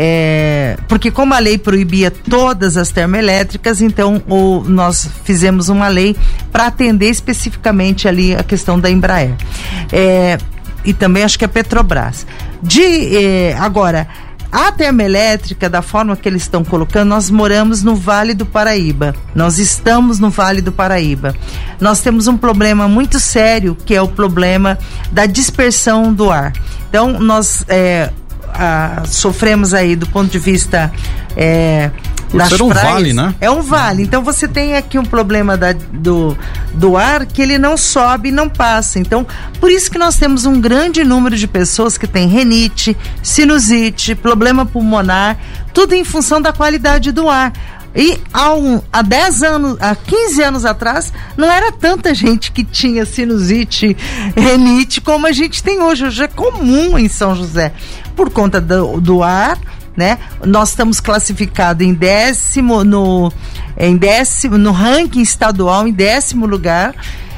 É, porque como a lei proibia todas as termoelétricas, então o, nós fizemos uma lei para atender especificamente ali a questão da Embraer. É, e também acho que a Petrobras. De, é, agora... A termoelétrica, da forma que eles estão colocando, nós moramos no Vale do Paraíba. Nós estamos no Vale do Paraíba. Nós temos um problema muito sério, que é o problema da dispersão do ar. Então, nós é, a, sofremos aí do ponto de vista... É, Por ser um praias, vale, né? É um vale. Então você tem aqui um problema da, do, do ar que ele não sobe e não passa. Então, por isso que nós temos um grande número de pessoas que tem renite, sinusite, problema pulmonar, tudo em função da qualidade do ar. E há, um, há dez anos, há quinze anos atrás, não era tanta gente que tinha sinusite, renite, como a gente tem hoje. Hoje é comum em São José, por conta do, do ar, né? Nós estamos classificados em décimo no, em décimo no ranking estadual, em décimo lugar.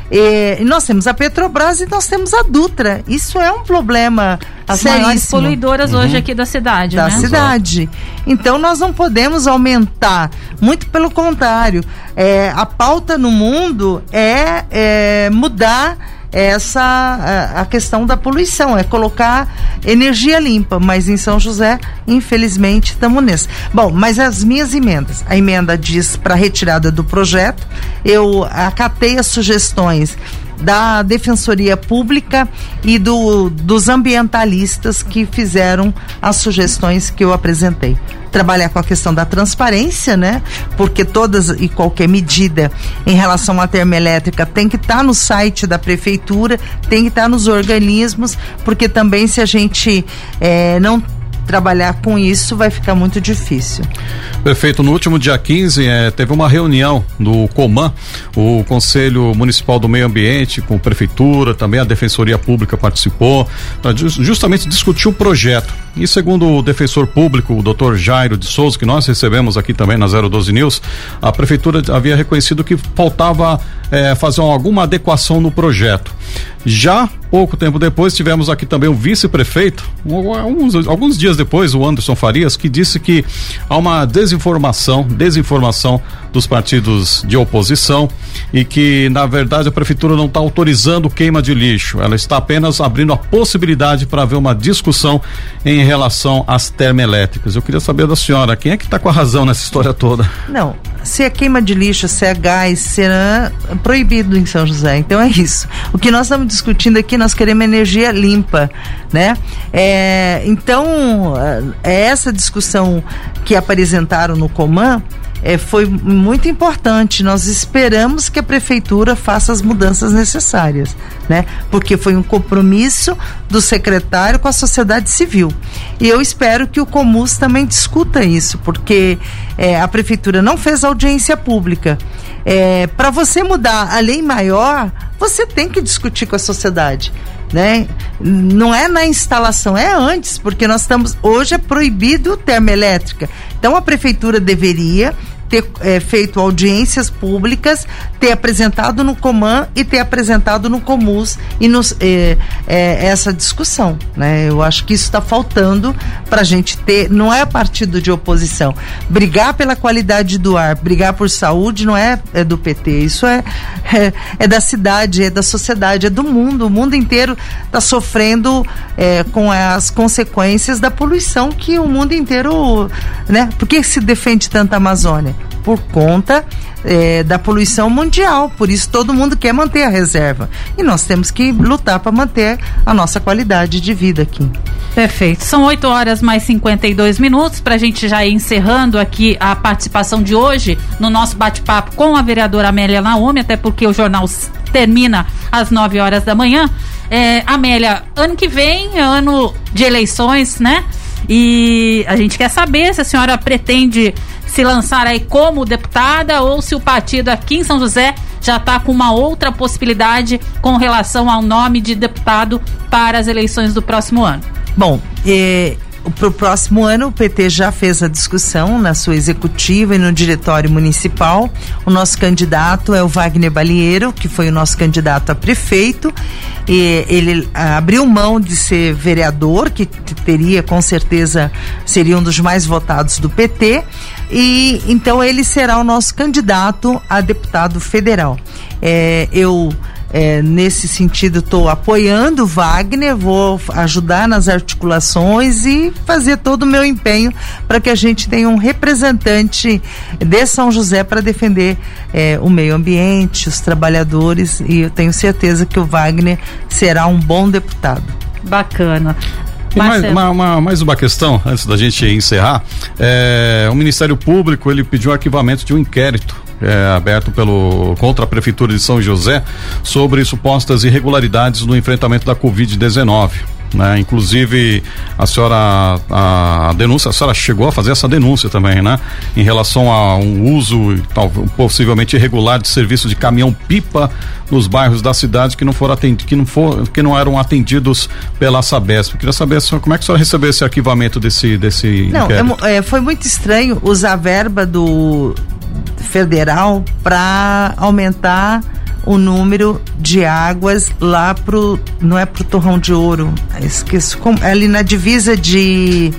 E, e nós temos a Petrobras e nós temos a Dutra. Isso é um problema as seríssimo. Maiores poluidoras uhum. hoje aqui da cidade, da né? cidade. Então nós não podemos aumentar, muito pelo contrário. É, a pauta no mundo é, é mudar essa a, a questão da poluição, é colocar energia limpa, mas em São José, infelizmente, estamos nessa. Bom, mas as minhas emendas, a emenda diz para retirada do projeto, eu acatei as sugestões da Defensoria Pública e do, dos ambientalistas que fizeram as sugestões que eu apresentei. Trabalhar com a questão da transparência, né? Porque todas e qualquer medida em relação à termoelétrica tem que estar tá no site da prefeitura, tem que estar tá nos organismos, porque também se a gente é, não trabalhar com isso vai ficar muito difícil. Perfeito. No último dia quinze eh, teve uma reunião do COMAN, o Conselho Municipal do Meio Ambiente, com a Prefeitura, também a Defensoria Pública participou, para justamente discutir o projeto. E segundo o defensor público, o doutor Jairo de Souza, que nós recebemos aqui também na zero doze News, a Prefeitura havia reconhecido que faltava eh, fazer alguma adequação no projeto. Já pouco tempo depois tivemos aqui também o vice-prefeito, alguns, alguns dias depois, o Anderson Farias, que disse que há uma desinformação, desinformação dos partidos de oposição e que, na verdade, a prefeitura não está autorizando queima de lixo, ela está apenas abrindo a possibilidade para haver uma discussão em relação às termoelétricas. Eu queria saber da senhora, quem é que está com a razão nessa história toda? Não, se é queima de lixo, se é gás, será proibido em São José, então é isso. O que nós estamos discutindo aqui, nós queremos energia limpa, né? É, então, é essa discussão que apresentaram no COMAN, é, foi muito importante. Nós esperamos que a prefeitura faça as mudanças necessárias, né? Porque foi um compromisso do secretário com a sociedade civil. E eu espero que o Comus também discuta isso, porque é, a prefeitura não fez audiência pública. É, para você mudar a lei maior, você tem que discutir com a sociedade, né? Não é na instalação, é antes, porque nós estamos, hoje é proibido termoelétrica. Então a prefeitura deveria ter é, feito audiências públicas, ter apresentado no Coman e ter apresentado no Comus e nos, é, é, essa discussão, né? Eu acho que isso está faltando para a gente ter, não é partido de oposição. Brigar pela qualidade do ar, brigar por saúde não é, é do P T, isso é, é, é da cidade, é da sociedade, é do mundo. O mundo inteiro está sofrendo é, com as consequências da poluição que o mundo inteiro, né? Por que se defende tanto a Amazônia? Por conta é, da poluição mundial, por isso todo mundo quer manter a reserva e nós temos que lutar para manter a nossa qualidade de vida aqui. Perfeito, são oito horas mais cinquenta e dois minutos para a gente já ir encerrando aqui a participação de hoje no nosso bate-papo com a vereadora Amélia Naomi, até porque o jornal termina às nove horas da manhã. é, Amélia, ano que vem, ano de eleições, né? E a gente quer saber se a senhora pretende se lançar aí como deputada ou se o partido aqui em São José já está com uma outra possibilidade com relação ao nome de deputado para as eleições do próximo ano. Bom, é, para o próximo ano o P T já fez a discussão na sua executiva e no diretório municipal. O nosso candidato é o Wagner Balieiro, que foi o nosso candidato a prefeito, e ele ah, abriu mão de ser vereador, que teria com certeza seria um dos mais votados do P T, e então ele será o nosso candidato a deputado federal. É, eu É, nesse sentido, estou apoiando o Wagner, vou ajudar nas articulações e fazer todo o meu empenho para que a gente tenha um representante de São José para defender é, o meio ambiente, os trabalhadores, e eu tenho certeza que o Wagner será um bom deputado. Bacana. E mais uma, uma, mais uma questão, antes da gente encerrar, é, o Ministério Público, ele pediu o arquivamento de um inquérito É, aberto pelo, contra a Prefeitura de São José sobre supostas irregularidades no enfrentamento da covid dezenove. Né? Inclusive a senhora a, a denúncia, a senhora chegou a fazer essa denúncia também, né? Em relação a um uso tal, possivelmente irregular de serviço de caminhão-pipa nos bairros da cidade que não foram atendidos, que não for, que não eram atendidos pela Sabesp. Eu queria saber como é que a senhora recebeu esse arquivamento desse, desse não, inquérito. É, foi muito estranho usar a verba do federal para aumentar o número de águas lá pro, não é pro Torrão de Ouro, esqueço, como, é ali na divisa de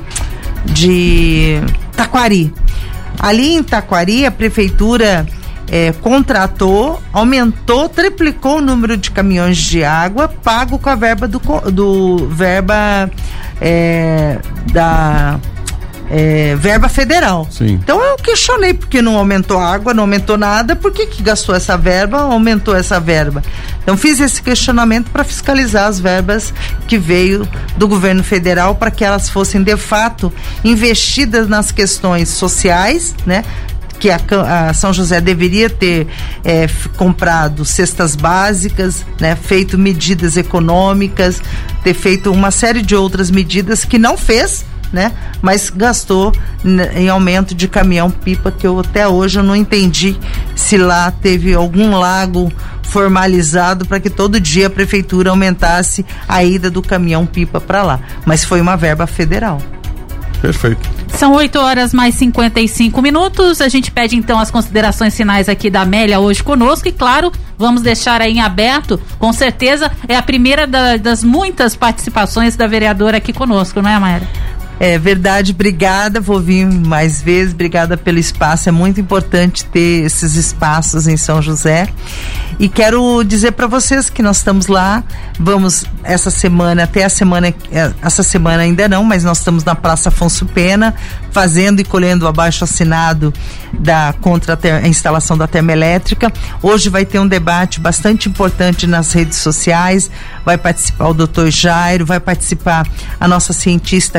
de Taquari. Ali em Taquari a prefeitura é, contratou, aumentou, triplicou o número de caminhões de água pago com a verba do, do verba é, da É, verba federal. Sim. Então eu questionei porque não aumentou a água, não aumentou nada, por que que gastou essa verba, aumentou essa verba? Então fiz esse questionamento para fiscalizar as verbas que veio do governo federal para que elas fossem de fato investidas nas questões sociais, né? Que a, a São José deveria ter é, f, comprado cestas básicas, né, feito medidas econômicas, ter feito uma série de outras medidas que não fez, né? Mas gastou em aumento de caminhão-pipa, que eu até hoje eu não entendi se lá teve algum lago formalizado para que todo dia a prefeitura aumentasse a ida do caminhão-pipa para lá. Mas foi uma verba federal. Perfeito. São oito horas mais cinquenta e cinco minutos. A gente pede então as considerações finais aqui da Amélia hoje conosco e, claro, vamos deixar aí em aberto. Com certeza é a primeira da, das muitas participações da vereadora aqui conosco, não é, Amélia? É verdade, obrigada, vou vir mais vezes, obrigada pelo espaço, é muito importante ter esses espaços em São José, e quero dizer para vocês que nós estamos lá, vamos essa semana, até a semana, essa semana ainda não, mas nós estamos na Praça Afonso Pena, fazendo e colhendo o abaixo-assinado da, contra a, ter, a instalação da termoelétrica. Hoje vai ter um debate bastante importante nas redes sociais, vai participar o doutor Jairo, vai participar a nossa cientista aqui do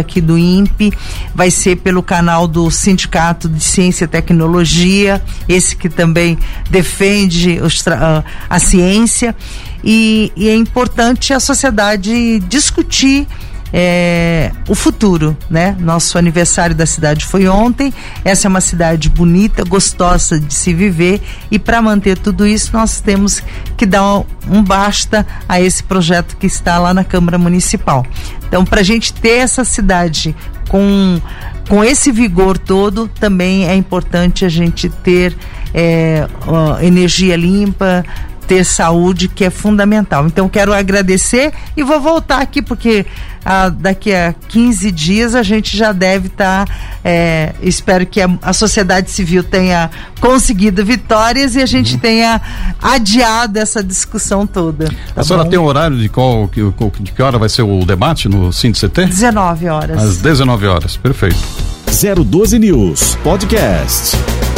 INPE, vai ser pelo canal do Sindicato de Ciência e Tecnologia, esse que também defende os, a, a ciência, e, e é importante a sociedade discutir É, o futuro, né? Nosso aniversário da cidade foi ontem. Essa é uma cidade bonita, gostosa de se viver, e para manter tudo isso nós temos que dar um, um basta a esse projeto que está lá na Câmara Municipal. Então, para a gente ter essa cidade com, com esse vigor todo, também é importante a gente ter é, ó, energia limpa, ter saúde, que é fundamental. Então quero agradecer e vou voltar aqui porque ah, daqui a quinze dias a gente já deve estar, tá, é, espero que a, a sociedade civil tenha conseguido vitórias e a gente uhum. tenha adiado essa discussão toda. Tá a senhora bom? tem um horário de qual, de que hora vai ser o debate no SINDI-C T? dezenove horas. Às dezenove horas, perfeito. zero doze News Podcast.